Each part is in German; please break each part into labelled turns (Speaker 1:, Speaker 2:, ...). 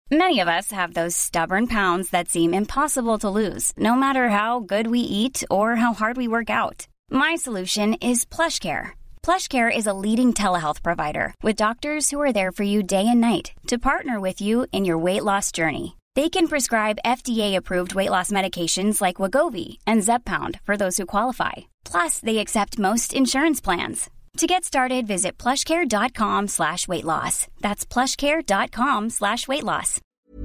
Speaker 1: Many of us have those stubborn pounds that seem impossible to lose, no matter how good we eat or how hard we work out. My solution is PlushCare. PlushCare is a leading telehealth provider with doctors who are there for you day and night to partner with you in your weight loss journey. They can prescribe FDA-approved weight loss medications like Wegovy and Zepbound for those who qualify. Plus, they accept most insurance plans. To get started, visit plushcare.com/weightloss. That's plushcare.com/weightloss.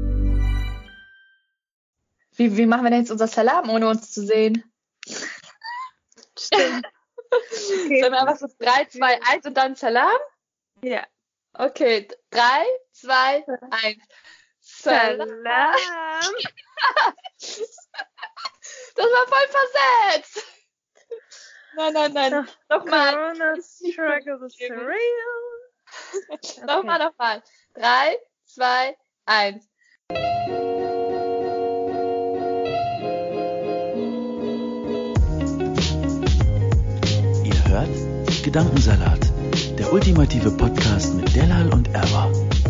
Speaker 2: Wie machen wir denn jetzt unser Salam, ohne uns zu sehen?
Speaker 3: Stimmt. Okay.
Speaker 2: Sollen wir einfach so 3, 2, 1 und dann Salam?
Speaker 3: Ja.
Speaker 2: Okay, 3, 2, 1. Salam. Das war voll versetzt. Nein. Nochmal.
Speaker 3: Corona struggle is real. Okay.
Speaker 2: Nochmal. 3, 2, 1.
Speaker 4: Ihr hört Gedankensalat, der ultimative Podcast mit Delal und Erwa.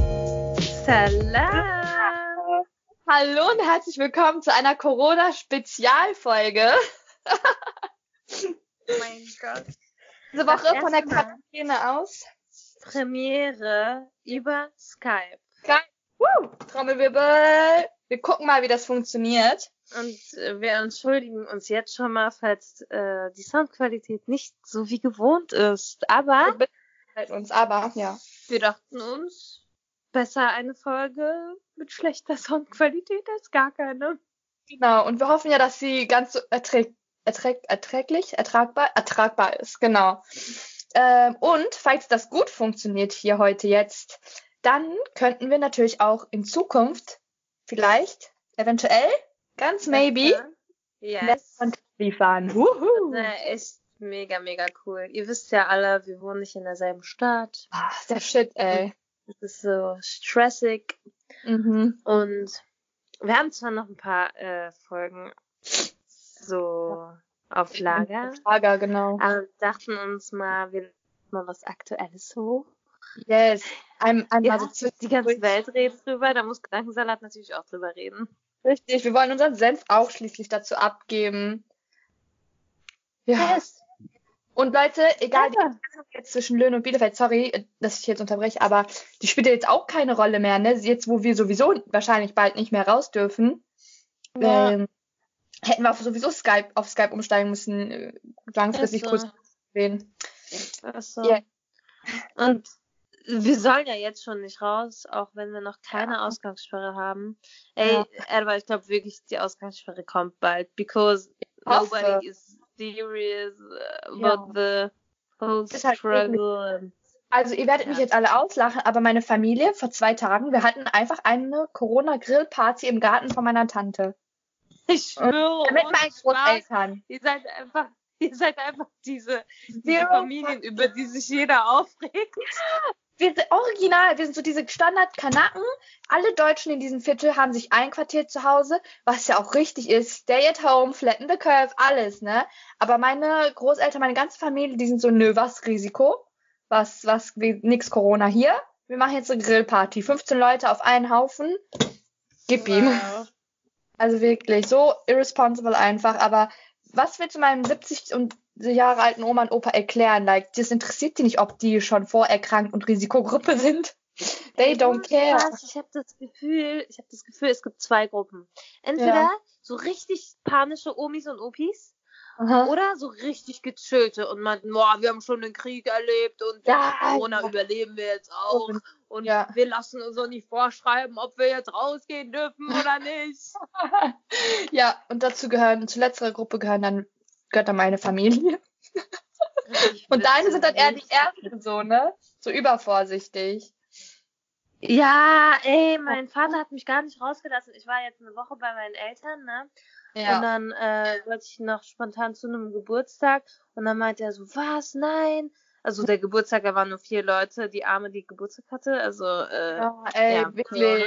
Speaker 3: Salam.
Speaker 2: Hallo und herzlich willkommen zu einer Corona-Spezialfolge.
Speaker 3: Oh mein Gott.
Speaker 2: Diese Woche von der Quarantäne aus.
Speaker 3: Premiere über Skype.
Speaker 2: Geil. Trommelwirbel. Wir gucken mal, wie das funktioniert.
Speaker 3: Und wir entschuldigen uns jetzt schon mal, falls die Soundqualität nicht so wie gewohnt ist. Aber
Speaker 2: ja.
Speaker 3: wir dachten uns, besser eine Folge mit schlechter Soundqualität als gar keine.
Speaker 2: Genau, und wir hoffen ja, dass sie ganz so ertragbar ist, genau. Und falls das gut funktioniert hier heute jetzt, dann könnten wir natürlich auch in Zukunft vielleicht, eventuell, ganz maybe,
Speaker 3: Yes.
Speaker 2: liefern.
Speaker 3: Das wäre echt mega, mega cool. Ihr wisst ja alle, wir wohnen nicht in derselben Stadt.
Speaker 2: Der Shit, ey.
Speaker 3: Es ist so stressig.
Speaker 2: Mhm.
Speaker 3: Und wir haben zwar noch ein paar Folgen so auf Lager,
Speaker 2: Genau.
Speaker 3: aber wir dachten uns mal, wir laden mal was Aktuelles hoch.
Speaker 2: Yes.
Speaker 3: Ja, die ganze Welt redet drüber, da muss Gedankensalat natürlich auch drüber reden.
Speaker 2: Richtig, wir wollen unseren Senf auch schließlich dazu abgeben. Ja. Yes. Und Leute, egal, die Entscheidung jetzt zwischen Löhne und Bielefeld, sorry, dass ich jetzt unterbreche, aber die spielt jetzt auch keine Rolle mehr, ne? Jetzt, wo wir sowieso wahrscheinlich bald nicht mehr raus dürfen, hätten wir sowieso auf Skype umsteigen müssen, langfristig kurz sehen.
Speaker 3: Achso.
Speaker 2: Yeah.
Speaker 3: Und wir sollen ja jetzt schon nicht raus, auch wenn wir noch keine Ausgangssperre haben. Ey, aber ich glaube wirklich, die Ausgangssperre kommt bald, because nobody is serious about the whole struggle.
Speaker 2: Also ihr werdet mich jetzt alle auslachen, aber meine Familie vor 2 Tagen, wir hatten einfach eine Corona-Grill-Party im Garten von meiner Tante.
Speaker 3: Ich schwöre.
Speaker 2: Mit meinen Großeltern.
Speaker 3: Ihr seid einfach diese Familien, über die sich jeder aufregt.
Speaker 2: Wir sind so diese Standard-Kanaken. Alle Deutschen in diesem Viertel haben sich einquartiert zu Hause, was ja auch richtig ist. Stay at home, flatten the curve, alles, ne? Aber meine Großeltern, meine ganze Familie, die sind so, was Risiko? Nix Corona hier. Wir machen jetzt eine Grillparty. 15 Leute auf einen Haufen. Gib ihm. Also wirklich, so irresponsible einfach. Aber was willst du meinem 70 Jahre alten Oma und Opa erklären? Like, das interessiert die nicht, ob die schon vorerkrankt und Risikogruppe sind. They don't care.
Speaker 3: Ich habe das Gefühl, es gibt 2 Gruppen. Entweder so richtig panische Omis und Opis, oder so richtig gechillte und meinten, wir haben schon den Krieg erlebt und Corona überleben wir jetzt auch. Und wir lassen uns auch nicht vorschreiben, ob wir jetzt rausgehen dürfen oder nicht.
Speaker 2: Ja, und zur letzterer Gruppe gehört dann meine Familie. Und deine sind dann eher die ersten so, ne? So übervorsichtig.
Speaker 3: Ja, ey, mein Vater hat mich gar nicht rausgelassen. Ich war jetzt eine Woche bei meinen Eltern, ne? Ja. Und dann wollte ich noch spontan zu einem Geburtstag und dann meinte er so, was? Nein. Also der Geburtstag, da waren nur 4 Leute, die Arme, die Geburtstag hatte. Also,
Speaker 2: wirklich.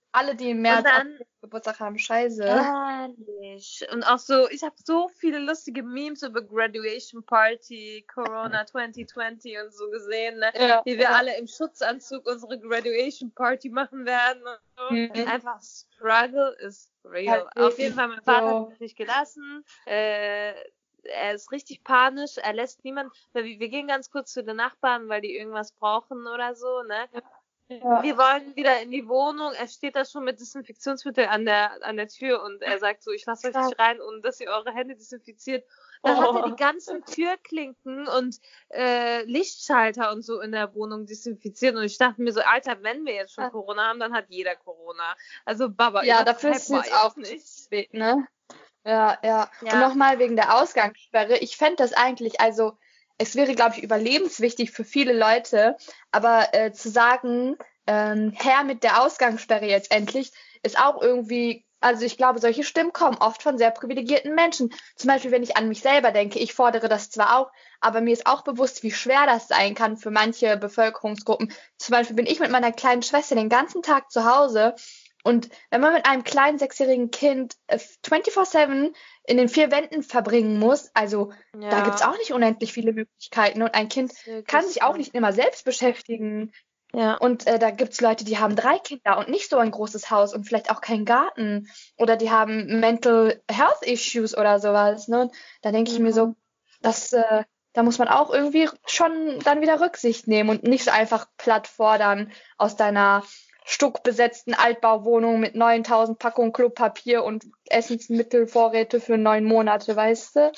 Speaker 2: Alle, die im
Speaker 3: Und
Speaker 2: März
Speaker 3: dann,
Speaker 2: Geburtstag haben, scheiße.
Speaker 3: ehrlich. Und auch so, ich habe so viele lustige Memes über Graduation Party, Corona 2020 und so gesehen, ne?
Speaker 2: Ja,
Speaker 3: Wie wir alle im Schutzanzug unsere Graduation Party machen werden und so.
Speaker 2: Mhm.
Speaker 3: Einfach Struggle is real.
Speaker 2: Halt
Speaker 3: Auf jeden Fall, mein Vater
Speaker 2: so.
Speaker 3: hat mich nicht gelassen. Er ist richtig panisch. Er lässt niemanden, weil wir gehen ganz kurz zu den Nachbarn, weil die irgendwas brauchen oder so, ne?
Speaker 2: Ja.
Speaker 3: Wir wollen wieder in die Wohnung. Er steht da schon mit Desinfektionsmittel an der Tür und er sagt so, ich lasse euch nicht rein, ohne dass ihr eure Hände desinfiziert. Dann hat er die ganzen Türklinken und Lichtschalter und so in der Wohnung desinfiziert. Und ich dachte mir so, Alter, wenn wir jetzt schon Corona haben, dann hat jeder Corona. Also Baba,
Speaker 2: Ja, dafür ist es jetzt auch nicht spät, ne? Ja. Und nochmal wegen der Ausgangssperre. Ich fände das eigentlich, also es wäre, glaube ich, überlebenswichtig für viele Leute, aber zu sagen, her mit der Ausgangssperre jetzt endlich, ist auch irgendwie, also ich glaube, solche Stimmen kommen oft von sehr privilegierten Menschen. Zum Beispiel, wenn ich an mich selber denke, ich fordere das zwar auch, aber mir ist auch bewusst, wie schwer das sein kann für manche Bevölkerungsgruppen. Zum Beispiel bin ich mit meiner kleinen Schwester den ganzen Tag zu Hause. Und wenn man mit einem kleinen 6-jährigen Kind 24/7 in den 4 Wänden verbringen muss, also da gibt's auch nicht unendlich viele Möglichkeiten. Und ein Kind kann sich auch nicht immer selbst beschäftigen.
Speaker 3: Ja.
Speaker 2: Und da gibt's Leute, die haben 3 Kinder und nicht so ein großes Haus und vielleicht auch keinen Garten. Oder die haben Mental Health Issues oder sowas. Ne? Und da denke ich mir so, dass da muss man auch irgendwie schon dann wieder Rücksicht nehmen und nicht so einfach platt fordern aus deiner stuckbesetzten Altbauwohnung mit 9000 Packungen Klopapier und Essensmittelvorräte für 9 Monate, weißt du?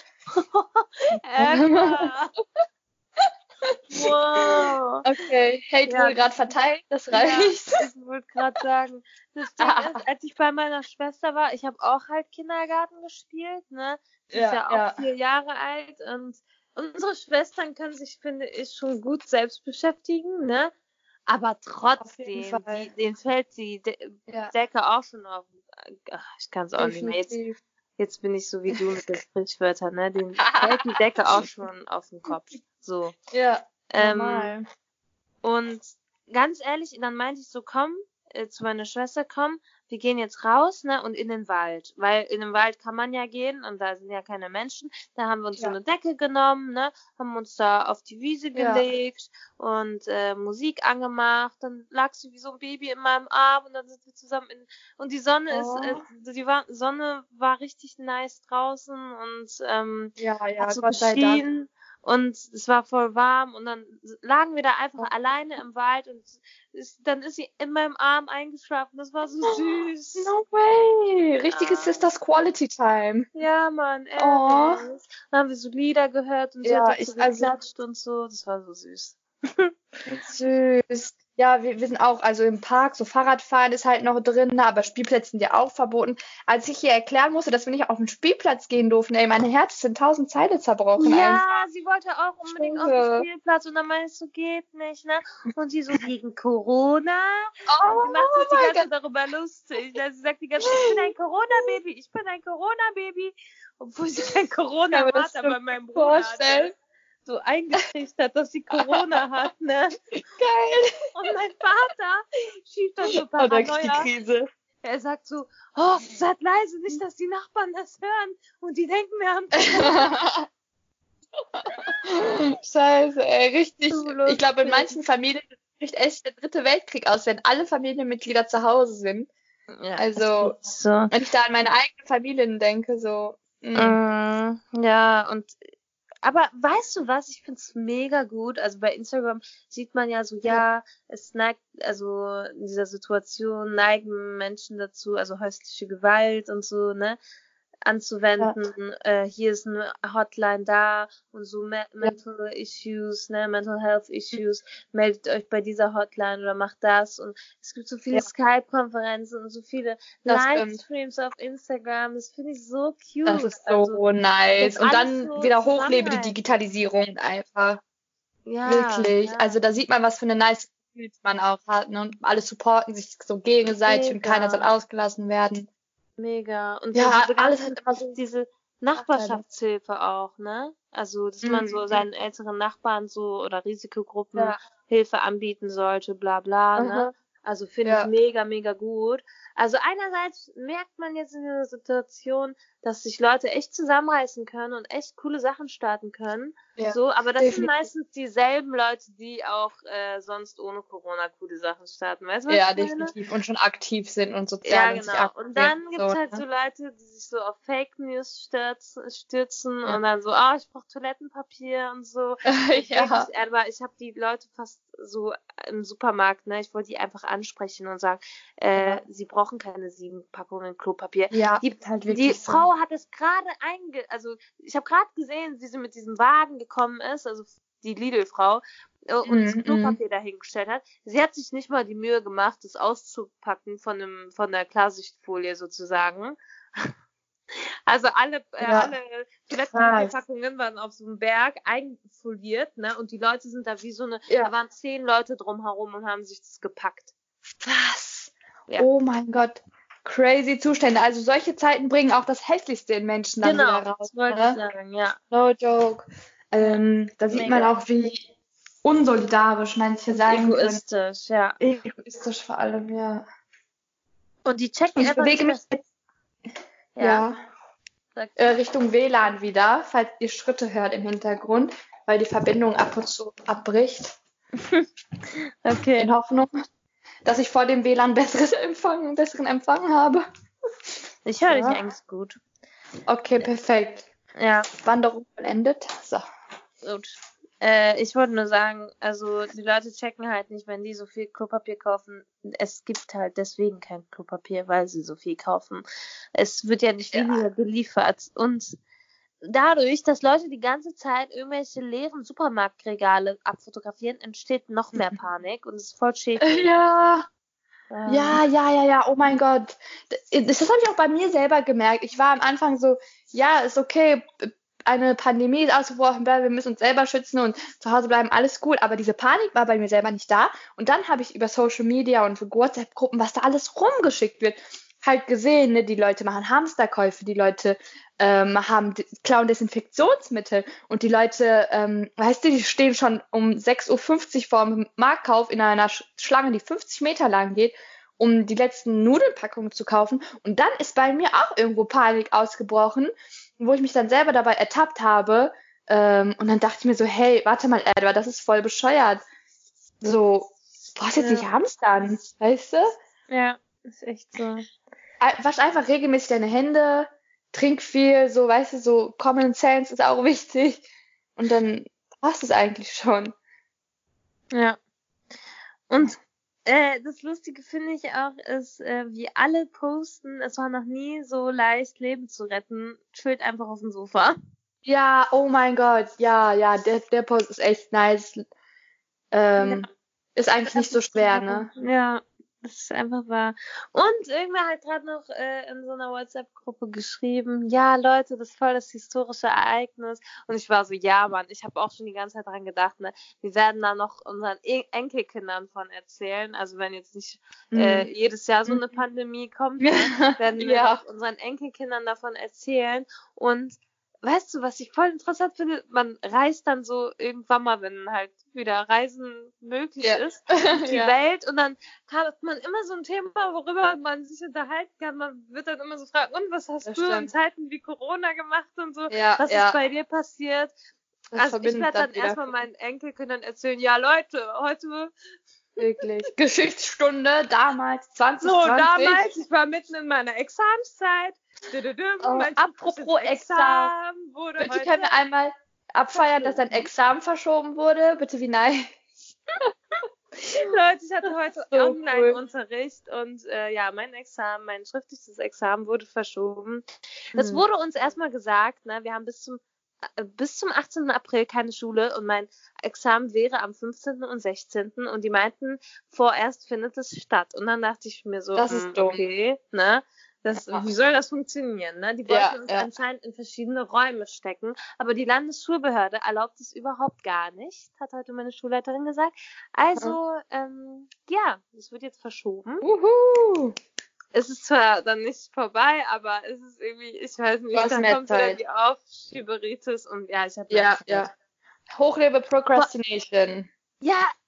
Speaker 3: Wow.
Speaker 2: Okay, Hate wurde gerade verteilt, das reicht.
Speaker 3: Ja, ich wollte gerade sagen, das Ding ist, als ich bei meiner Schwester war, ich habe auch halt Kindergarten gespielt, ne? Sie ist ja auch 4 Jahre alt und unsere Schwestern können sich, finde ich, schon gut selbst beschäftigen, ne? Aber trotzdem, denen fällt die Decke auch schon auf. Ich kann es auch nicht mehr. Jetzt bin ich so wie du mit den Sprichwörtern, ne? Denen fällt die Decke auch schon auf den Kopf. So.
Speaker 2: Ja, normal.
Speaker 3: Und ganz ehrlich, dann meinte ich so, komm, zu meiner Schwester, komm, wir gehen jetzt raus, ne, und in den Wald. Weil in den Wald kann man ja gehen und da sind ja keine Menschen. Da haben wir uns so eine Decke genommen, ne, haben uns da auf die Wiese gelegt und Musik angemacht. Dann lag sie wie so ein Baby in meinem Arm und dann sind wir zusammen und die Sonne Sonne war richtig nice draußen und hat so
Speaker 2: Gott sei
Speaker 3: geschienen. Und es war voll warm und dann lagen wir da einfach alleine im Wald und dann ist sie in meinem Arm eingeschlafen. Das war so süß.
Speaker 2: No way. Richtiges Sisters Quality Time.
Speaker 3: Ja, Mann, ehrlich. Dann haben wir so Lieder gehört und sie hat so geklatscht und so. Das war so süß.
Speaker 2: Süß. Ja, wir sind auch, also im Park, so Fahrradfahren ist halt noch drin, aber Spielplätze sind ja auch verboten. Als ich hier erklären musste, dass wir nicht auf den Spielplatz gehen durften, ey, mein Herz sind 1000 Teile zerbrochen.
Speaker 3: Ja,
Speaker 2: einfach.
Speaker 3: Sie wollte auch unbedingt auf den Spielplatz und dann meinst du, geht nicht, ne? Und sie so, wegen Corona? Und sie macht sich die ganze Zeit darüber lustig. Also sie sagt die ganze Zeit, ich bin ein Corona-Baby, ich bin ein Corona-Baby. Obwohl sie kein Corona hat, aber mein Bruder hat so eingetrichtert, dass sie Corona hat, ne?
Speaker 2: Geil.
Speaker 3: Und mein Vater schiebt dann so Paranoia.
Speaker 2: Krise.
Speaker 3: Er sagt so, oh, seid leise, nicht, dass die Nachbarn das hören und die denken, wir haben
Speaker 2: Scheiße, ey, richtig.
Speaker 3: So
Speaker 2: ich glaube, in manchen Familien bricht echt der 3. Weltkrieg aus, wenn alle Familienmitglieder zu Hause sind.
Speaker 3: Ja,
Speaker 2: also,
Speaker 3: so.
Speaker 2: Wenn ich da an meine eigenen Familien denke, so.
Speaker 3: Ja, und aber weißt du was? Ich find's mega gut. Also bei Instagram sieht man ja so, es neigt, also in dieser Situation neigen Menschen dazu, also häusliche Gewalt und so, ne, anzuwenden. Hier ist eine Hotline da und so Mental Issues, ne, Mental Health Issues. Meldet euch bei dieser Hotline oder macht das. Und es gibt so viele Skype-Konferenzen und so viele Livestreams auf Instagram. Das finde ich so cute.
Speaker 2: Das ist so nice. Und dann so wieder hochlebe die Digitalisierung einfach. Ja. Wirklich. Ja. Also da sieht man, was für eine nice Gefühl man auch hat. Ne? Und alle supporten sich so gegenseitig und keiner soll ausgelassen werden.
Speaker 3: Mega. Und
Speaker 2: alles hat immer so
Speaker 3: diese Nachbarschaftshilfe auch, ne? Also, dass man so seinen älteren Nachbarn so oder Risikogruppen Hilfe anbieten sollte, bla bla, ne? Also finde ich mega, mega gut. Also einerseits merkt man jetzt in der Situation, dass sich Leute echt zusammenreißen können und echt coole Sachen starten können. Ja, so, aber das sind meistens dieselben Leute, die auch sonst ohne Corona coole Sachen starten. Weißt du, was ich meine?
Speaker 2: Definitiv. Und schon aktiv sind und sozial.
Speaker 3: Ja, genau. Und dann gibt's halt so Leute, die sich so auf Fake News stürzen und dann so, ich brauche Toilettenpapier und so. Aber ich habe die Leute fast so im Supermarkt, ne, ich wollte die einfach ansprechen und sagen, sie brauchen keine 7 Packungen Klopapier. Ja, die Frau hat es gerade also ich habe gerade gesehen, wie sie mit diesem Wagen gekommen ist, also die Lidl-Frau, und das Klopapier dahingestellt hat. Sie hat sich nicht mal die Mühe gemacht, das auszupacken von der Klarsichtfolie sozusagen. Also alle Toilettenpapierpackungen waren auf so einem Berg eingefoliert, ne? Und die Leute sind da wie so da waren 10 Leute drumherum und haben sich das gepackt.
Speaker 2: Was? Ja. Oh mein Gott. Crazy Zustände. Also solche Zeiten bringen auch das Hässlichste in Menschen dann wieder raus.
Speaker 3: Das wollte ich sagen, ja.
Speaker 2: No joke. Da sieht man auch, wie unsolidarisch manche sein können.
Speaker 3: Egoistisch, ja.
Speaker 2: Egoistisch vor allem, ja.
Speaker 3: Und die checken
Speaker 2: ich bewege mich Richtung WLAN wieder, falls ihr Schritte hört im Hintergrund, weil die Verbindung ab und zu abbricht.
Speaker 3: Okay.
Speaker 2: In Hoffnung, dass ich vor dem WLAN besseren Empfang habe.
Speaker 3: Ich höre dich eigentlich gut.
Speaker 2: Okay, perfekt.
Speaker 3: Ja.
Speaker 2: Wanderung vollendet. So.
Speaker 3: Gut. Ich wollte nur sagen, also die Leute checken halt nicht, wenn die so viel Klopapier kaufen. Es gibt halt deswegen kein Klopapier, weil sie so viel kaufen. Es wird ja nicht weniger geliefert. Und dadurch, dass Leute die ganze Zeit irgendwelche leeren Supermarktregale abfotografieren, entsteht noch mehr Panik und es ist voll schädlich.
Speaker 2: Ja. Oh mein Gott. Das habe ich auch bei mir selber gemerkt. Ich war am Anfang so, ist okay, eine Pandemie ist ausgebrochen, wir müssen uns selber schützen und zu Hause bleiben, alles gut. Aber diese Panik war bei mir selber nicht da. Und dann habe ich über Social Media und WhatsApp-Gruppen, was da alles rumgeschickt wird, halt gesehen, ne? Die Leute machen Hamsterkäufe, die Leute klauen Desinfektionsmittel und die Leute, die stehen schon um 6.50 Uhr vor dem Marktkauf in einer Schlange, die 50 Meter lang geht, um die letzten Nudelpackungen zu kaufen. Und dann ist bei mir auch irgendwo Panik ausgebrochen, wo ich mich dann selber dabei ertappt habe. Und dann dachte ich mir so, hey, warte mal, Edward, das ist voll bescheuert. So, du brauchst jetzt nicht hamstern, weißt du?
Speaker 3: Ja, ist echt so.
Speaker 2: Wasch einfach regelmäßig deine Hände, trink viel, so, weißt du, so Common Sense ist auch wichtig. Und dann passt es eigentlich schon.
Speaker 3: Ja. Und das Lustige finde ich auch, ist, wie alle posten, es war noch nie so leicht, Leben zu retten, chillt einfach auf dem Sofa.
Speaker 2: Ja, oh mein Gott, ja, der Post ist echt nice. Ist eigentlich nicht so schwer, ne?
Speaker 3: Ja, das ist einfach wahr. Und irgendwer hat gerade noch in so einer WhatsApp-Gruppe geschrieben, ja, Leute, das ist voll das historische Ereignis. Und ich war so, ja, Mann, ich habe auch schon die ganze Zeit dran gedacht, ne, wir werden da noch unseren Enkelkindern von erzählen. Also wenn jetzt nicht jedes Jahr so eine Pandemie kommt, werden wir auch unseren Enkelkindern davon erzählen. Und weißt du, was ich voll interessant finde? Man reist dann so irgendwann mal, wenn halt wieder Reisen möglich ist, die Welt, und dann hat man immer so ein Thema, worüber man sich unterhalten kann. Man wird dann immer so fragen, und was hast du in Zeiten wie Corona gemacht und so? Was ist bei dir passiert? Also ich werde dann erstmal meinen Enkelkindern erzählen, ja Leute, heute
Speaker 2: wirklich Geschichtsstunde, damals, 2020.
Speaker 3: So, damals, ich war mitten in meiner Examenszeit.
Speaker 2: Apropos Examen, bitte können wir einmal abfeiern, dass dein Examen verschoben wurde? Bitte, wie nice.
Speaker 3: Leute, ich hatte heute Online-Unterricht und mein schriftliches Examen wurde verschoben. Das wurde uns erstmal gesagt, ne, wir haben bis zum 18. April keine Schule und mein Examen wäre am 15. und 16. und die meinten, vorerst findet es statt. Und dann dachte ich mir so,
Speaker 2: das ist dumm.
Speaker 3: Okay, ne? Wie soll das funktionieren? Ne? Die wollten uns anscheinend in verschiedene Räume stecken, aber die Landesschulbehörde erlaubt es überhaupt gar nicht, hat heute meine Schulleiterin gesagt. Also, es wird jetzt verschoben. Es ist zwar dann nicht vorbei, aber es ist irgendwie, ich weiß nicht, dann kommt wieder die Aufschieberitis und ich habe
Speaker 2: Hochlebe Procrastination.
Speaker 3: Ja,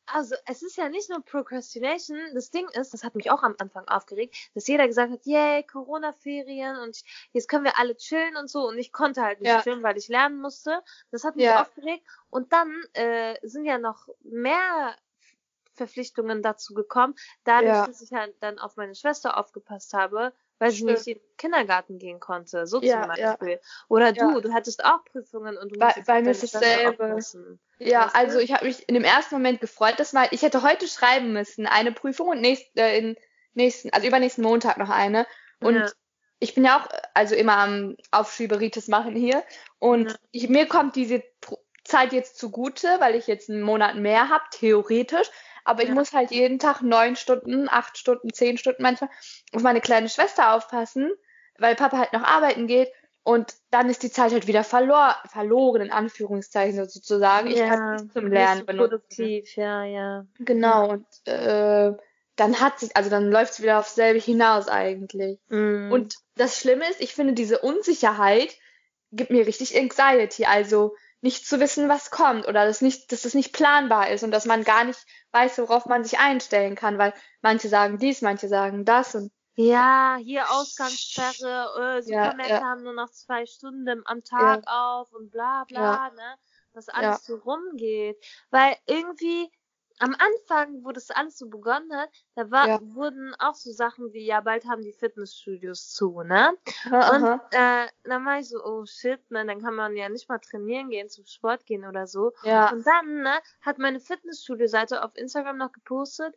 Speaker 3: Also, es ist ja nicht nur Procrastination. Das Ding ist, das hat mich auch am Anfang aufgeregt, dass jeder gesagt hat, yay, Corona-Ferien und jetzt können wir alle chillen und so. Und ich konnte halt nicht chillen, weil ich lernen musste. Das hat mich aufgeregt. Und dann sind ja noch mehr Verpflichtungen dazu gekommen, dadurch, dass ich halt dann auf meine Schwester aufgepasst habe, weil sie nicht in den Kindergarten gehen konnte, so zum Beispiel. Oder du hattest auch Prüfungen und du musstest auf deine Schwester aufpassen.
Speaker 2: Ja, also ich habe mich in dem ersten Moment gefreut, dass ich hätte heute schreiben müssen, eine Prüfung und übernächsten Montag noch eine. Und ich bin ja auch also immer am Aufschieberitis machen hier. Und mir kommt diese Zeit jetzt zugute, weil ich jetzt einen Monat mehr habe, theoretisch. Aber ich muss halt jeden Tag 9 Stunden, 8 Stunden, 10 Stunden manchmal auf meine kleine Schwester aufpassen, weil Papa halt noch arbeiten geht. Und dann ist die Zeit halt wieder verloren, in Anführungszeichen sozusagen. Ich kann es nicht zum Lernen benutzen.
Speaker 3: Produktiv, ja.
Speaker 2: Genau, und dann dann läuft es wieder aufs selbe hinaus eigentlich. Und das Schlimme ist, ich finde, diese Unsicherheit gibt mir richtig Anxiety, also nicht zu wissen, was kommt oder dass das nicht planbar ist und dass man gar nicht weiß, worauf man sich einstellen kann, weil manche sagen dies, manche sagen das und
Speaker 3: ja, hier Ausgangssperre, Supermärkte haben nur noch 2 Stunden am Tag auf und bla bla, ne? Was alles so rumgeht. Weil irgendwie am Anfang, wo das alles so begonnen hat, wurden auch so Sachen wie, bald haben die Fitnessstudios zu, ne? Und dann war ich so, oh shit, ne, dann kann man ja nicht mal trainieren gehen, zum Sport gehen oder so.
Speaker 2: Ja.
Speaker 3: Und dann, ne, hat meine Fitnessstudio-Seite auf Instagram noch gepostet,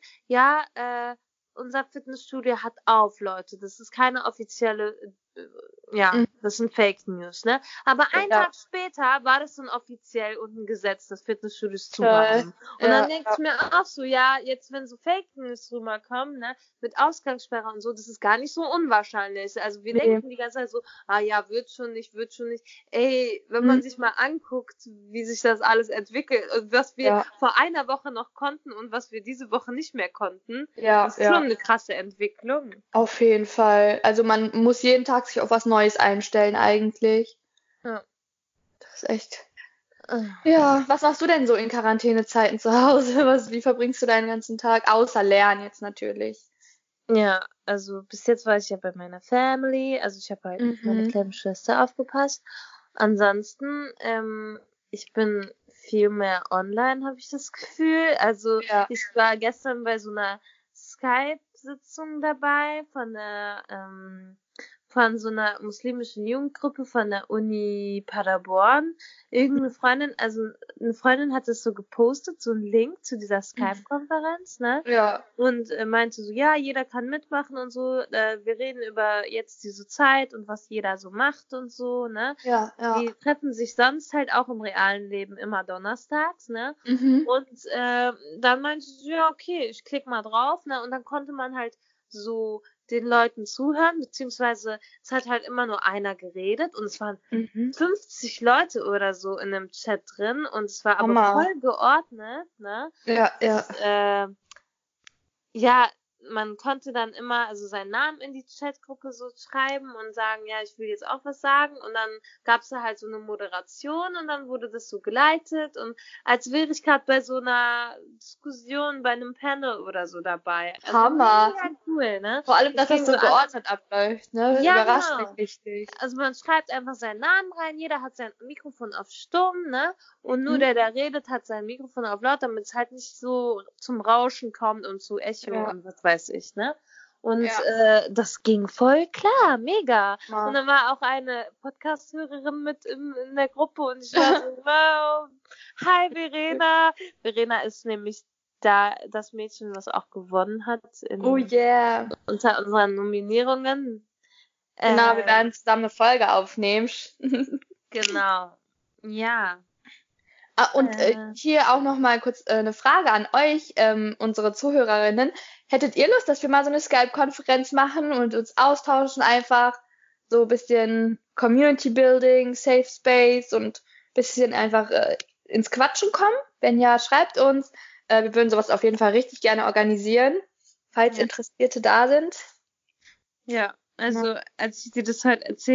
Speaker 3: unser Fitnessstudio hat auf, Leute. Das ist keine offizielle, das sind Fake News, ne? Aber einen Tag später war das dann offiziell und ein Gesetz, dass Fitnessstudios zu haben. Und dann denke ich mir auch so, jetzt wenn so Fake News rüberkommen, ne, mit Ausgangssperre und so, das ist gar nicht so unwahrscheinlich. Also wir denken die ganze Zeit so, wird schon nicht. Ey, wenn man sich mal anguckt, wie sich das alles entwickelt und was wir vor einer Woche noch konnten und was wir diese Woche nicht mehr konnten, das ist schon eine krasse Entwicklung.
Speaker 2: Auf jeden Fall. Also man muss jeden Tag sich auf was Neues einstellen eigentlich.
Speaker 3: Ja.
Speaker 2: Das ist echt. Ja, was machst du denn so in Quarantänezeiten zu Hause? Wie verbringst du deinen ganzen Tag? Außer Lernen jetzt natürlich.
Speaker 3: Ja, also bis jetzt war ich ja bei meiner Family. Also ich habe halt auf meine kleine Schwester aufgepasst. Ansonsten, ich bin viel mehr online, habe ich das Gefühl. Also ich war gestern bei so einer Skype-Sitzung dabei von so einer muslimischen Jugendgruppe von der Uni Paderborn. Eine Freundin hat es so gepostet, so einen Link zu dieser Skype-Konferenz, ne?
Speaker 2: Ja.
Speaker 3: Und meinte so, jeder kann mitmachen und so. Wir reden über jetzt diese Zeit und was jeder so macht und so, ne?
Speaker 2: Ja.
Speaker 3: Die treffen sich sonst halt auch im realen Leben immer donnerstags, ne? Und dann meinte sie, okay, ich klicke mal drauf, ne? Und dann konnte man halt so den Leuten zuhören, beziehungsweise es hat halt immer nur einer geredet und es waren 50 Leute oder so in dem Chat drin und es war aber voll geordnet, ne? Man konnte dann immer seinen Namen in die Chatgruppe so schreiben und sagen, ich will jetzt auch was sagen und dann gab's da halt so eine Moderation und dann wurde das so geleitet und als wäre ich gerade bei so einer Diskussion, bei einem Panel oder so dabei. Also
Speaker 2: Hammer.
Speaker 3: Mega cool, ne?
Speaker 2: Vor allem, dass das so geordnet abläuft, ne?
Speaker 3: Ja,
Speaker 2: überrascht
Speaker 3: genau.
Speaker 2: mich richtig.
Speaker 3: Also man schreibt einfach seinen Namen rein, jeder hat sein Mikrofon auf stumm, ne? Und nur der redet, hat sein Mikrofon auf laut, damit es halt nicht so zum Rauschen kommt und zu Echo und was weiß ich, ne? Und das ging voll klar, mega. Ja. Und dann war auch eine Podcast-Hörerin mit in der Gruppe und ich war so, wow, hi Verena. Verena ist nämlich das Mädchen, was auch gewonnen hat unter unseren Nominierungen.
Speaker 2: Genau, wir werden zusammen eine Folge aufnehmen.
Speaker 3: Genau, ja.
Speaker 2: Und hier auch noch mal kurz eine Frage an euch, unsere Zuhörerinnen. Hättet ihr Lust, dass wir mal so eine Skype-Konferenz machen und uns austauschen, einfach so ein bisschen Community Building, Safe Space und ein bisschen einfach ins Quatschen kommen? Wenn ja, schreibt uns. Wir würden sowas auf jeden Fall richtig gerne organisieren, falls Interessierte da sind.
Speaker 3: Ja, also als ich dir das halt erzählt habe,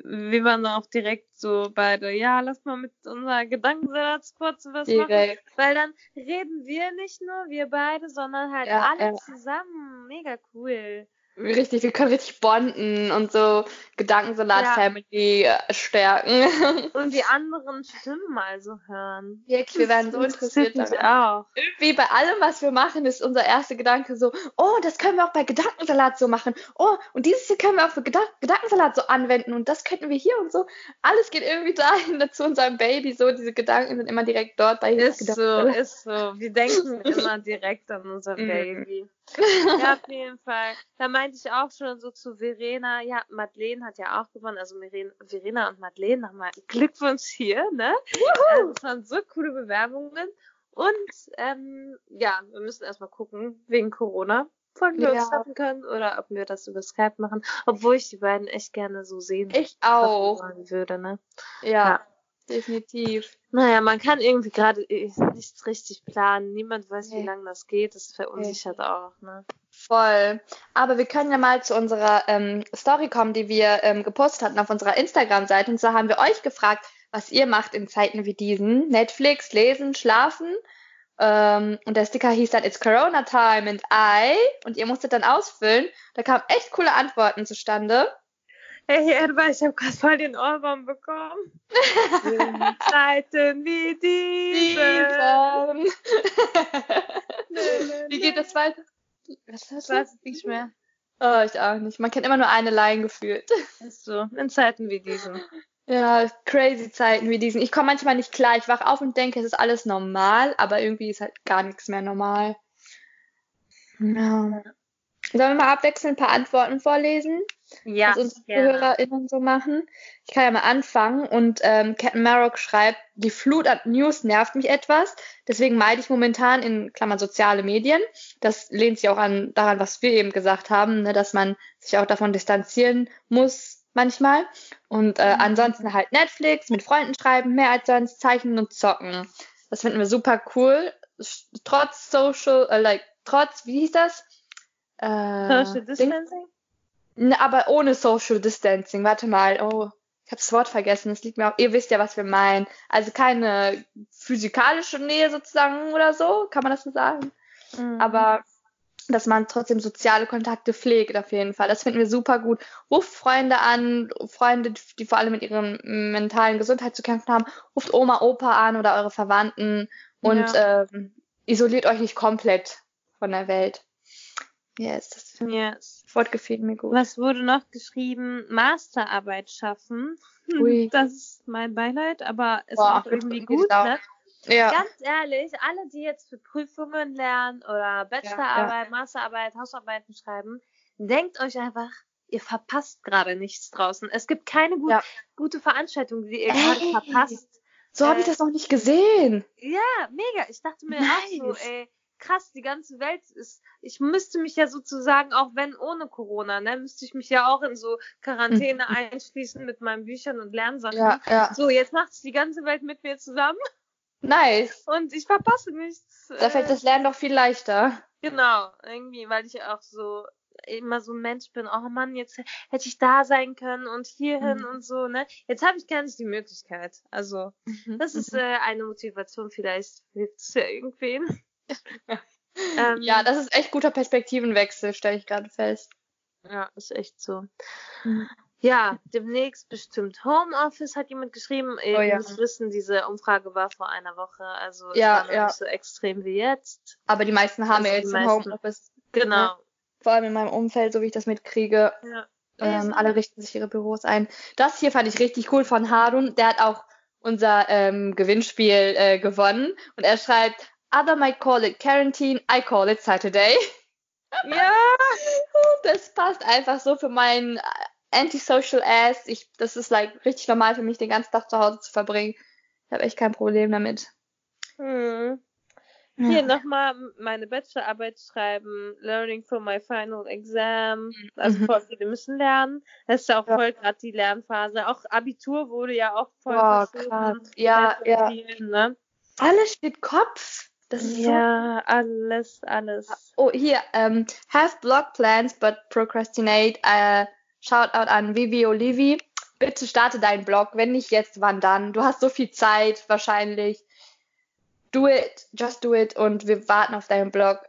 Speaker 3: wir waren auch direkt so beide, ja, lass mal mit unserer Gedankensalat-Squad sowas machen. Weil dann reden wir nicht nur, wir beide, sondern halt alle zusammen. Mega cool.
Speaker 2: Richtig, wir können richtig bonden und so Gedankensalat-Family stärken.
Speaker 3: Und die anderen Stimmen mal so hören.
Speaker 2: Wirklich, wir werden so interessiert daran. Irgendwie bei allem, was wir machen, ist unser erster Gedanke so, oh, das können wir auch bei Gedankensalat so machen. Oh, und dieses hier können wir auch für Gedankensalat so anwenden und das könnten wir hier und so. Alles geht irgendwie dahin zu unserem Baby, so diese Gedanken sind immer direkt dort bei
Speaker 3: Gedankensalat. Ist so. Wir denken immer direkt an unser Baby. Ja, auf jeden Fall. Da meinte ich auch schon so zu Verena, ja, Madeleine hat ja auch gewonnen, also Verena und Madeleine, nochmal Glückwunsch hier, ne? Das waren so coole Bewerbungen und ja, wir müssen erstmal gucken, wegen Corona, ob wir uns treffen können oder ob wir das über Skype machen, obwohl ich die beiden echt gerne so sehen würde, ne?
Speaker 2: Ja. Definitiv.
Speaker 3: Naja, man kann irgendwie gerade nichts richtig planen. Niemand weiß, wie lange das geht. Das verunsichert auch, ne?
Speaker 2: Voll. Aber wir können ja mal zu unserer Story kommen, die wir gepostet hatten auf unserer Instagram-Seite. Und zwar haben wir euch gefragt, was ihr macht in Zeiten wie diesen. Netflix, lesen, schlafen. Und der Sticker hieß dann It's Corona Time and I. Und ihr musstet dann ausfüllen. Da kamen echt coole Antworten zustande.
Speaker 3: Hey, Edward, ich habe gerade voll den Ohrwurm bekommen. In Zeiten wie diesen.
Speaker 2: Wie geht das weiter?
Speaker 3: Was hast du? Weiß ich nicht mehr.
Speaker 2: Oh, ich auch nicht. Man kennt immer nur eine Line gefühlt.
Speaker 3: Ist so, in Zeiten wie diesen.
Speaker 2: Ja, crazy Zeiten wie diesen. Ich komme manchmal nicht klar. Ich wach auf und denke, es ist alles normal, aber irgendwie ist halt gar nichts mehr normal. Ja. Sollen wir mal abwechselnd ein paar Antworten vorlesen?
Speaker 3: Ja,
Speaker 2: was unsere ZuhörerInnen so machen. Ich kann ja mal anfangen und Captain Marrock schreibt, die Flut an News nervt mich etwas, deswegen meide ich momentan in Klammern soziale Medien. Das lehnt sich auch daran, was wir eben gesagt haben, ne, dass man sich auch davon distanzieren muss manchmal. Und ansonsten halt Netflix, mit Freunden schreiben, mehr als sonst, zeichnen und zocken. Das finden wir super cool. Trotz wie hieß das?
Speaker 3: Social Distancing?
Speaker 2: Aber ohne Social Distancing. Warte mal. Oh, ich habe das Wort vergessen. Das liegt mir auch. Ihr wisst ja, was wir meinen. Also keine physikalische Nähe sozusagen oder so. Kann man das so sagen? Aber dass man trotzdem soziale Kontakte pflegt auf jeden Fall. Das finden wir super gut. Ruft Freunde an. Freunde, die vor allem mit ihrer mentalen Gesundheit zu kämpfen haben. Ruft Oma, Opa an oder eure Verwandten. Und isoliert euch nicht komplett von der Welt. Das Wort gefällt mir gut.
Speaker 3: Was wurde noch geschrieben? Masterarbeit schaffen.
Speaker 2: Ui.
Speaker 3: Das ist mein Beileid, aber ist auch irgendwie gut, ne?
Speaker 2: Ja.
Speaker 3: Ganz ehrlich, alle, die jetzt für Prüfungen lernen oder Bachelorarbeit, Masterarbeit, Hausarbeiten schreiben, denkt euch einfach, ihr verpasst gerade nichts draußen. Es gibt keine gute Veranstaltung, die ihr gerade verpasst.
Speaker 2: So habe ich das noch nicht gesehen.
Speaker 3: Ja, mega. Ich dachte mir auch so, krass, die ganze Welt ich müsste mich ja sozusagen, auch wenn ohne Corona, ne, müsste ich mich ja auch in so Quarantäne einschließen mit meinen Büchern und Lernsachen.
Speaker 2: Ja.
Speaker 3: So, jetzt macht es die ganze Welt mit mir zusammen.
Speaker 2: Nice.
Speaker 3: Und ich verpasse nichts.
Speaker 2: Da fällt das Lernen doch viel leichter.
Speaker 3: Genau, irgendwie, weil ich auch so immer so ein Mensch bin, oh Mann, jetzt hätte ich da sein können und hierhin und so, ne? Jetzt habe ich gar nicht die Möglichkeit. Also, das ist eine Motivation, vielleicht hilft es ja irgendwen.
Speaker 2: Ja, das ist echt guter Perspektivenwechsel, stelle ich gerade fest.
Speaker 3: Ja, ist echt so. Ja, demnächst bestimmt Homeoffice, hat jemand geschrieben. Ihr müsst wissen, diese Umfrage war vor einer Woche, also es war noch nicht so extrem wie jetzt.
Speaker 2: Aber die meisten haben ja jetzt Homeoffice.
Speaker 3: Genau.
Speaker 2: Vor allem in meinem Umfeld, so wie ich das mitkriege.
Speaker 3: Ja.
Speaker 2: Alle richten sich ihre Büros ein. Das hier fand ich richtig cool von Harun. Der hat auch unser Gewinnspiel gewonnen. Und er schreibt, Other might call it quarantine, I call it Saturday.
Speaker 3: Ja!
Speaker 2: Das passt einfach so für meinen Antisocial Ass. Das ist richtig normal für mich, den ganzen Tag zu Hause zu verbringen. Ich habe echt kein Problem damit.
Speaker 3: Hier nochmal meine Bachelorarbeit schreiben, Learning for my final exam. Also voll viele müssen lernen. Das ist ja auch voll gerade die Lernphase. Auch Abitur wurde ja auch voll
Speaker 2: verschoben. Ja.
Speaker 3: Ne?
Speaker 2: Alles steht Kopf. Das ist
Speaker 3: alles.
Speaker 2: Oh, hier, have block plans but procrastinate. Shout out an Vivi Olivi. bitte starte deinen Blog. Wenn nicht jetzt, wann dann? Du hast so viel Zeit wahrscheinlich. Do it, just do it und wir warten auf deinen Blog.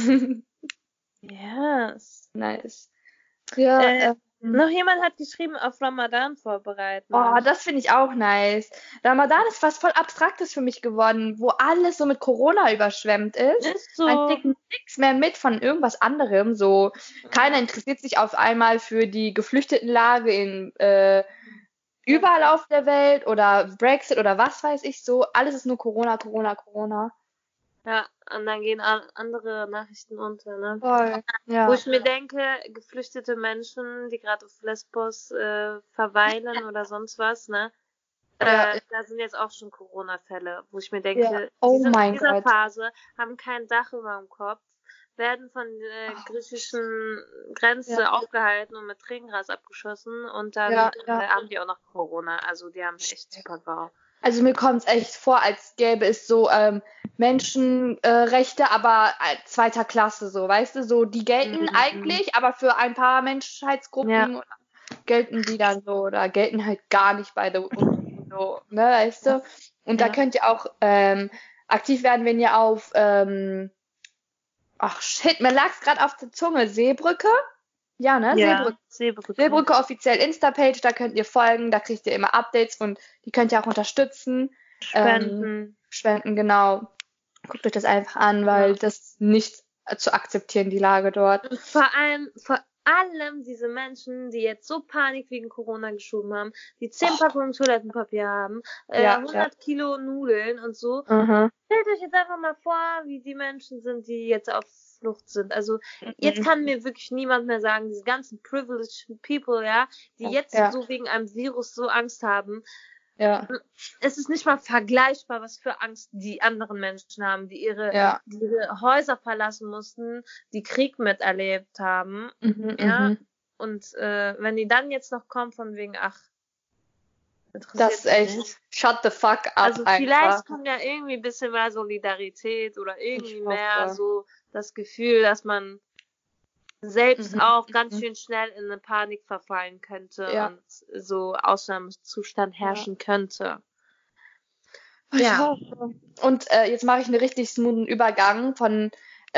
Speaker 3: Yes.
Speaker 2: Nice. Ja,
Speaker 3: noch jemand hat geschrieben, auf Ramadan vorbereiten.
Speaker 2: Oh, das finde ich auch nice. Ramadan ist was voll Abstraktes für mich geworden, wo alles so mit Corona überschwemmt ist.
Speaker 3: Ist so.
Speaker 2: Man kriegt nichts mehr mit von irgendwas anderem. So, keiner interessiert sich auf einmal für die Geflüchtetenlage in überall auf der Welt oder Brexit oder was weiß ich so. Alles ist nur Corona, Corona, Corona.
Speaker 3: Ja, und dann gehen andere Nachrichten unter, ne?
Speaker 2: Voll, ja.
Speaker 3: Wo ich mir denke, geflüchtete Menschen, die gerade auf Lesbos verweilen oder sonst was, ne?
Speaker 2: Ja.
Speaker 3: Da sind jetzt auch schon Corona-Fälle, wo ich mir denke,
Speaker 2: Ja. Oh
Speaker 3: die sind
Speaker 2: mein
Speaker 3: in dieser
Speaker 2: Gott.
Speaker 3: Phase, haben kein Dach über dem Kopf, werden von der griechischen Grenze aufgehalten und mit Tränengas abgeschossen und dann haben die auch noch Corona. Also die haben echt super GAU.
Speaker 2: Also mir kommt es echt vor, als gäbe es so Menschenrechte, aber zweiter Klasse, so, weißt du, so, die gelten eigentlich, aber für ein paar Menschheitsgruppen gelten die dann so oder gelten halt gar nicht bei der so, ne, weißt du? Und da könnt ihr auch aktiv werden, wenn ihr auf mir lag's gerade auf der Zunge, Seebrücke? Ja, ne?
Speaker 3: Ja,
Speaker 2: Seebrücke offiziell Insta-Page, da könnt ihr folgen, da kriegt ihr immer Updates und die könnt ihr auch unterstützen. Spenden, genau. Guckt euch das einfach an, weil das nicht zu akzeptieren, die Lage dort.
Speaker 3: Und vor allem diese Menschen, die jetzt so Panik wegen Corona geschoben haben, die 10 Packungen Toilettenpapier haben, 100 Kilo Nudeln und so. Stellt euch jetzt einfach mal vor, wie die Menschen sind, die jetzt auf Flucht sind. Also jetzt kann mir wirklich niemand mehr sagen, diese ganzen privileged people, die jetzt so wegen einem Virus so Angst haben.
Speaker 2: Ja.
Speaker 3: Es ist nicht mal vergleichbar, was für Angst die anderen Menschen haben, die ihre Häuser verlassen mussten, die Krieg miterlebt haben. Und wenn die dann jetzt noch kommen von wegen,
Speaker 2: das ist echt,
Speaker 3: nicht.
Speaker 2: Shut the fuck up.
Speaker 3: Also vielleicht
Speaker 2: einfach.
Speaker 3: kommt ja irgendwie ein bisschen mehr Solidarität oder irgendwie mehr so das Gefühl, dass man selbst auch ganz schön schnell in eine Panik verfallen könnte und so Ausnahmezustand herrschen könnte.
Speaker 2: Ja. Und jetzt mache ich einen richtig smoothen Übergang von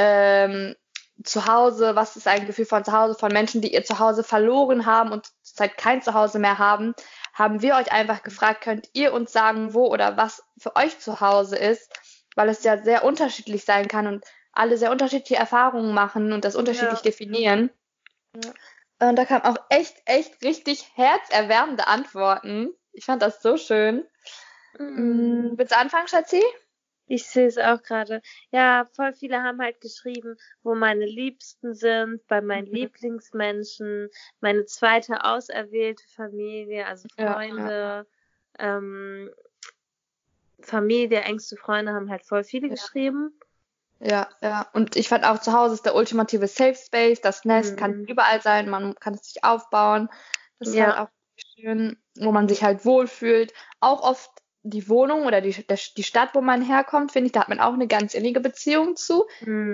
Speaker 2: zu Hause, was ist ein Gefühl von zu Hause, von Menschen, die ihr Zuhause verloren haben und zurzeit kein Zuhause mehr haben wir euch einfach gefragt, könnt ihr uns sagen, wo oder was für euch zu Hause ist, weil es ja sehr unterschiedlich sein kann und alle sehr unterschiedliche Erfahrungen machen und das unterschiedlich definieren. Ja. Und da kamen auch echt richtig herzerwärmende Antworten. Ich fand das so schön. Willst du anfangen, Schatzi?
Speaker 3: Ich sehe es auch gerade. Ja, voll viele haben halt geschrieben, wo meine Liebsten sind, bei meinen Lieblingsmenschen, meine zweite auserwählte Familie, also Freunde, Familie, engste Freunde haben halt voll viele geschrieben.
Speaker 2: Ja. Und ich fand auch, zu Hause ist der ultimative Safe Space. Das Nest kann überall sein, man kann es sich aufbauen. Das ist halt auch schön, wo man sich halt wohlfühlt. Auch oft die Wohnung oder die Stadt, wo man herkommt, finde ich, da hat man auch eine ganz innige Beziehung zu.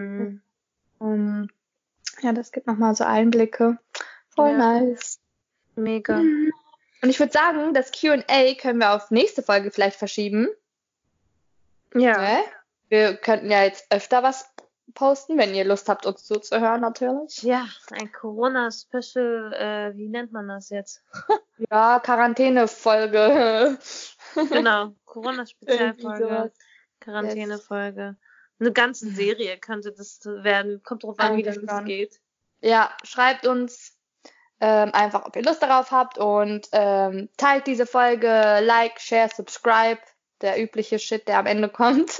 Speaker 2: Ja, das gibt nochmal so Einblicke. Voll nice.
Speaker 3: Mega.
Speaker 2: Und ich würde sagen, das Q&A können wir auf nächste Folge vielleicht verschieben. Ja. Ne? Wir könnten ja jetzt öfter was posten, wenn ihr Lust habt, uns zuzuhören, natürlich.
Speaker 3: Ja, ein Corona-Special, wie nennt man das jetzt?
Speaker 2: Ja, Quarantäne-Folge.
Speaker 3: Genau, Corona-Spezialfolge, Quarantäne-Folge. Eine ganze Serie könnte das werden. Kommt drauf an, wie das geht.
Speaker 2: Ja, schreibt uns einfach, ob ihr Lust darauf habt und teilt diese Folge, like, share, subscribe. Der übliche Shit, der am Ende kommt.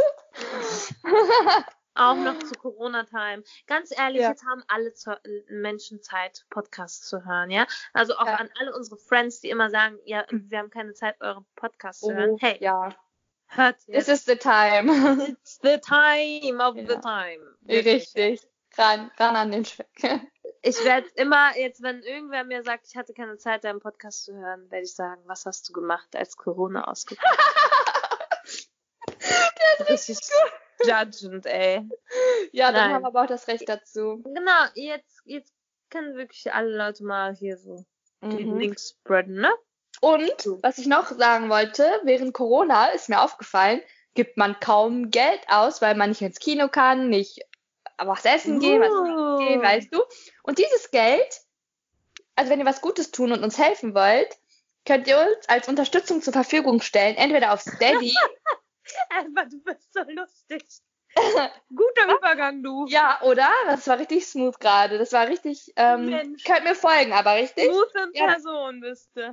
Speaker 3: Auch noch zu Corona-Time. Ganz ehrlich, jetzt haben alle Menschen Zeit, Podcasts zu hören, ja? Also auch an alle unsere Friends, die immer sagen, ja, wir haben keine Zeit, euren Podcast zu hören. Hey, hört jetzt.
Speaker 2: This is the time.
Speaker 3: It's the time of the time.
Speaker 2: Richtig. Ran an den Schweck.
Speaker 3: Ich werde immer, jetzt wenn irgendwer mir sagt, ich hatte keine Zeit, deinen Podcast zu hören, werde ich sagen, was hast du gemacht, als Corona ausgebrochen ist?
Speaker 2: Der ist richtig gut.
Speaker 3: Judgend, ey.
Speaker 2: Ja, dann haben wir aber auch das Recht dazu.
Speaker 3: Genau, jetzt können wirklich alle Leute mal hier so die Links spreaden, ne?
Speaker 2: Und was ich noch sagen wollte, während Corona ist mir aufgefallen, gibt man kaum Geld aus, weil man nicht ins Kino kann, nicht was essen gehen, was gehen, weißt du. Und dieses Geld, also wenn ihr was Gutes tun und uns helfen wollt, könnt ihr uns als Unterstützung zur Verfügung stellen, entweder auf Steady.
Speaker 3: Alba, du bist so lustig. Guter Übergang, du.
Speaker 2: Ja, oder? Das war richtig smooth gerade. Das war richtig, könnt mir folgen, aber richtig?
Speaker 3: Smooth in Person bist du.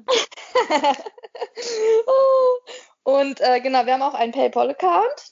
Speaker 2: Und genau, wir haben auch einen PayPal-Account,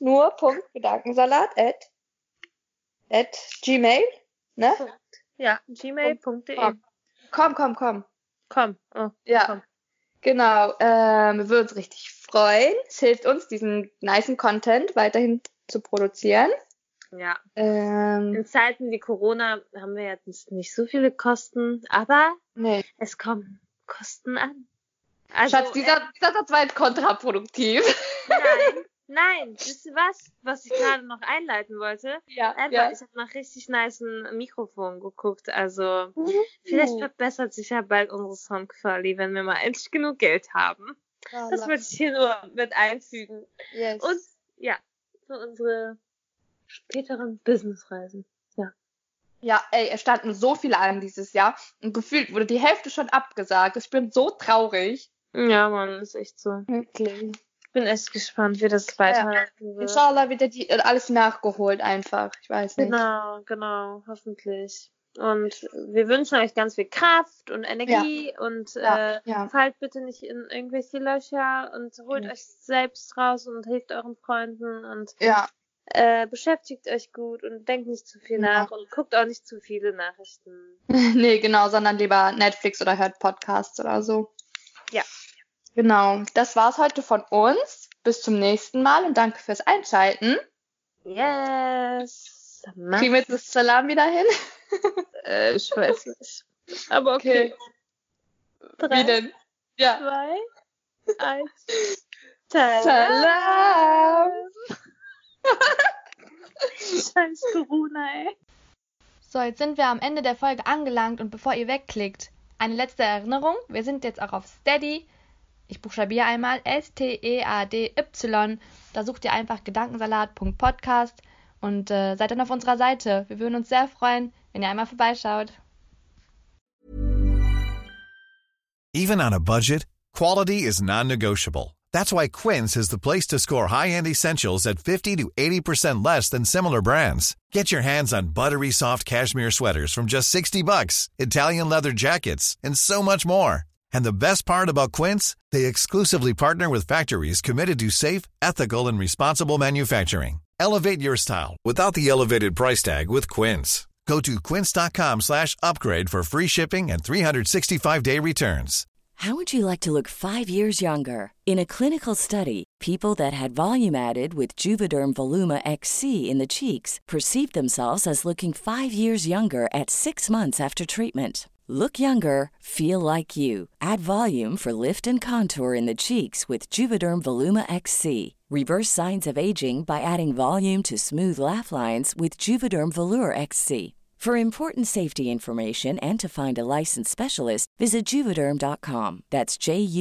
Speaker 2: nur.gedankensalat@gmail, ne?
Speaker 3: Ja, gmail.de.
Speaker 2: Komm.
Speaker 3: Komm. Oh,
Speaker 2: ja,
Speaker 3: komm.
Speaker 2: Genau. Wir würden uns richtig freuen. Es hilft uns, diesen nicen Content weiterhin zu produzieren.
Speaker 3: Ja. In Zeiten wie Corona haben wir jetzt nicht so viele Kosten, aber es kommen Kosten an. Also,
Speaker 2: Schatz, dieser Satz war jetzt kontraproduktiv.
Speaker 3: Nein, wisst ihr was ich gerade noch einleiten wollte?
Speaker 2: Ja.
Speaker 3: Ich habe nach richtig nicen Mikrofonen geguckt, also vielleicht verbessert sich ja bald unsere Soundqualität, wenn wir mal endlich genug Geld haben. Das wollte ich hier nur mit einfügen.
Speaker 2: Yes.
Speaker 3: Und ja, für unsere späteren Businessreisen.
Speaker 2: Ja, es standen so viele an dieses Jahr und gefühlt wurde die Hälfte schon abgesagt. Ich bin so traurig.
Speaker 3: Ja, Mann, ist echt so.
Speaker 2: Wirklich.
Speaker 3: Ich bin echt gespannt, wie das weiterlaufen wird.
Speaker 2: Inshallah wird alles nachgeholt einfach. Ich weiß nicht.
Speaker 3: Genau, hoffentlich. Und wir wünschen euch ganz viel Kraft und Energie und fallt bitte nicht in irgendwelche Löcher und holt euch selbst raus und hilft euren Freunden und beschäftigt euch gut und denkt nicht zu viel nach und guckt auch nicht zu viele Nachrichten.
Speaker 2: Nee, genau, sondern lieber Netflix oder hört Podcasts oder so.
Speaker 3: Ja.
Speaker 2: Genau, das war's heute von uns. Bis zum nächsten Mal und danke fürs Einschalten.
Speaker 3: Yes.
Speaker 2: Kriegen wir jetzt das Salam wieder hin?
Speaker 3: Ich weiß nicht. Aber okay. 3,
Speaker 2: Wie denn? Ja.
Speaker 3: 2, 1.
Speaker 2: Salam.
Speaker 3: Scheiß Corona, ey.
Speaker 2: So, jetzt sind wir am Ende der Folge angelangt und bevor ihr wegklickt, eine letzte Erinnerung. Wir sind jetzt auch auf Steady. Ich buchstabiere einmal STEADY. Da sucht ihr einfach gedankensalat.podcast und seid dann auf unserer Seite. Wir würden uns sehr freuen, wenn ihr einmal vorbeischaut.
Speaker 5: Even on a budget, quality is non-negotiable. That's why Quince is the place to score high-end essentials at 50 to 80% less than similar brands. Get your hands on buttery soft cashmere sweaters from just $60, Italian leather jackets, and so much more. And the best part about Quince, they exclusively partner with factories committed to safe, ethical, and responsible manufacturing. Elevate your style without the elevated price tag with Quince. Go to quince.com/upgrade for free shipping and 365-day returns.
Speaker 6: How would you like to look 5 years younger? In a clinical study, people that had volume added with Juvederm Voluma XC in the cheeks perceived themselves as looking 5 years younger at 6 months after treatment. Look younger, feel like you. Add volume for lift and contour in the cheeks with Juvederm Voluma XC. Reverse signs of aging by adding volume to smooth laugh lines with Juvederm Volure XC. For important safety information and to find a licensed specialist, visit Juvederm.com. That's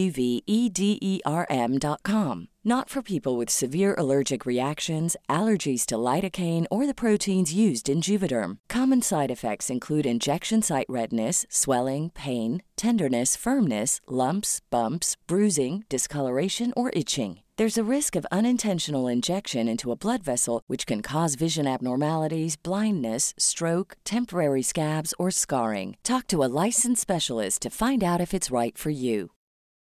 Speaker 6: JUVEDERM.com. Not for people with severe allergic reactions, allergies to lidocaine, or the proteins used in Juvederm. Common side effects include injection site redness, swelling, pain, tenderness, firmness, lumps, bumps, bruising, discoloration, or itching. There's a risk of unintentional injection into a blood vessel, which can cause vision abnormalities, blindness, stroke, temporary scabs, or scarring. Talk to a licensed specialist to find out if it's right for you.